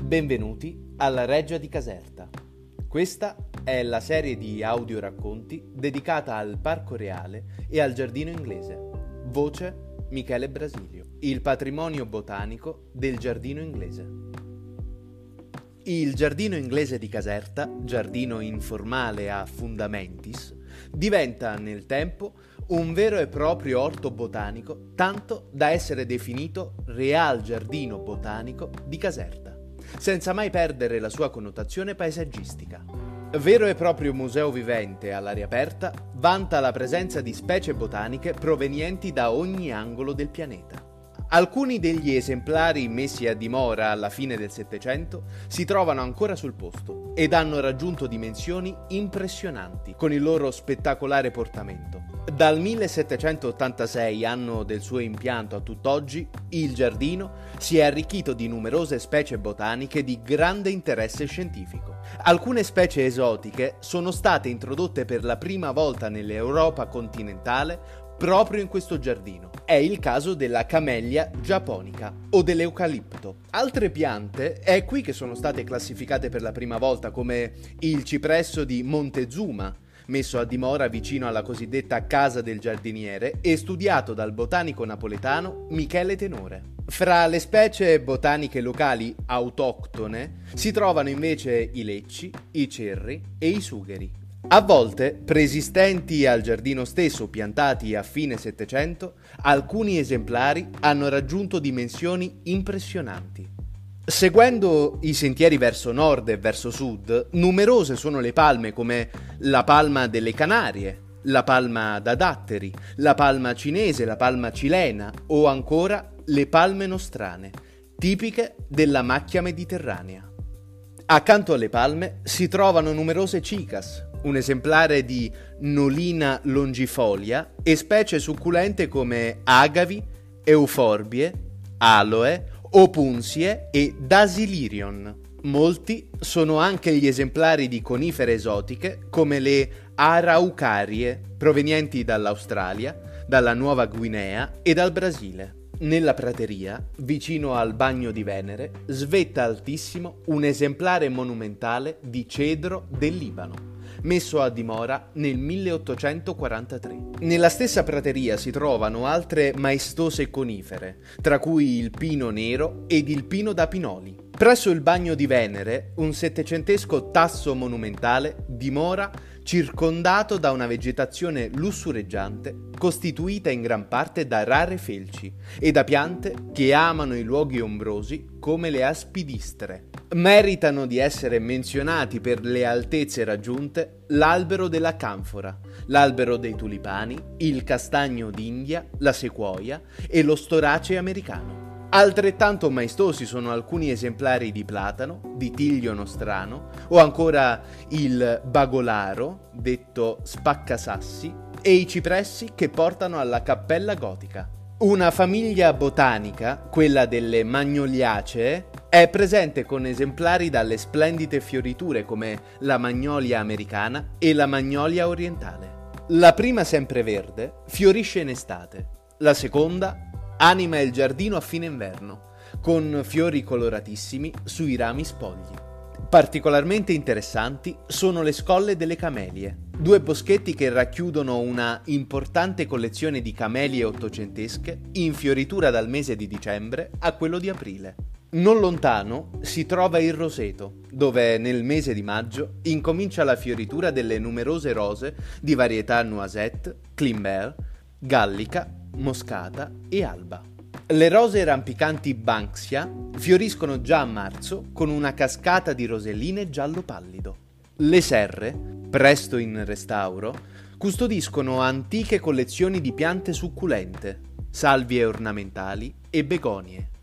Benvenuti alla Reggia di Caserta. Questa è la serie di audioracconti dedicata al Parco Reale e al Giardino Inglese. Voce Michele Brasilio. Il patrimonio botanico del Giardino Inglese. Il Giardino Inglese di Caserta, giardino informale a fundamentis, diventa nel tempo un vero e proprio orto botanico, tanto da essere definito Real Giardino Botanico di Caserta, senza mai perdere la sua connotazione paesaggistica. Vero e proprio museo vivente all'aria aperta, vanta la presenza di specie botaniche provenienti da ogni angolo del pianeta. Alcuni degli esemplari messi a dimora alla fine del Settecento si trovano ancora sul posto ed hanno raggiunto dimensioni impressionanti con il loro spettacolare portamento. Dal 1786, anno del suo impianto, a tutt'oggi, il giardino si è arricchito di numerose specie botaniche di grande interesse scientifico. Alcune specie esotiche sono state introdotte per la prima volta nell'Europa continentale proprio in questo giardino. È il caso della Camellia japonica o dell'eucalipto. Altre piante è qui che sono state classificate per la prima volta, come il cipresso di Montezuma, messo a dimora vicino alla cosiddetta Casa del Giardiniere e studiato dal botanico napoletano Michele Tenore. Fra le specie botaniche locali autoctone si trovano invece i lecci, i cerri e i sugheri. A volte, preesistenti al giardino stesso, piantati a fine Settecento, alcuni esemplari hanno raggiunto dimensioni impressionanti. Seguendo i sentieri verso nord e verso sud, numerose sono le palme come la palma delle Canarie, la palma da datteri, la palma cinese, la palma cilena o ancora le palme nostrane, tipiche della macchia mediterranea. Accanto alle palme si trovano numerose cicas, un esemplare di Nolina longifolia e specie succulente come agavi, euforbie, aloe, opunzie e dasilirion. Molti sono anche gli esemplari di conifere esotiche come le araucarie provenienti dall'Australia, dalla Nuova Guinea e dal Brasile. Nella prateria, vicino al Bagno di Venere, svetta altissimo un esemplare monumentale di cedro del Libano, messo a dimora nel 1843. Nella stessa prateria si trovano altre maestose conifere, tra cui il pino nero ed il pino da pinoli. Presso il Bagno di Venere, un settecentesco tasso monumentale dimora circondato da una vegetazione lussureggiante costituita in gran parte da rare felci e da piante che amano i luoghi ombrosi come le aspidistre. Meritano di essere menzionati per le altezze raggiunte l'albero della canfora, l'albero dei tulipani, il castagno d'India, la sequoia e lo storace americano. Altrettanto maestosi sono alcuni esemplari di platano, di tiglio nostrano o ancora il bagolaro, detto spaccasassi, e i cipressi che portano alla cappella gotica. Una famiglia botanica, quella delle magnoliacee, è presente con esemplari dalle splendide fioriture come la magnolia americana e la magnolia orientale. La prima sempreverde fiorisce in estate, la seconda anima il giardino a fine inverno, con fiori coloratissimi sui rami spogli. Particolarmente interessanti sono le scolle delle camelie, due boschetti che racchiudono una importante collezione di camelie ottocentesche in fioritura dal mese di dicembre a quello di aprile. Non lontano si trova il roseto, dove nel mese di maggio incomincia la fioritura delle numerose rose di varietà noisette, climbert, gallica, moscata e alba. Le rose rampicanti Banksia fioriscono già a marzo con una cascata di roselline giallo pallido. Le serre, presto in restauro, custodiscono antiche collezioni di piante succulente, salvie ornamentali e begonie.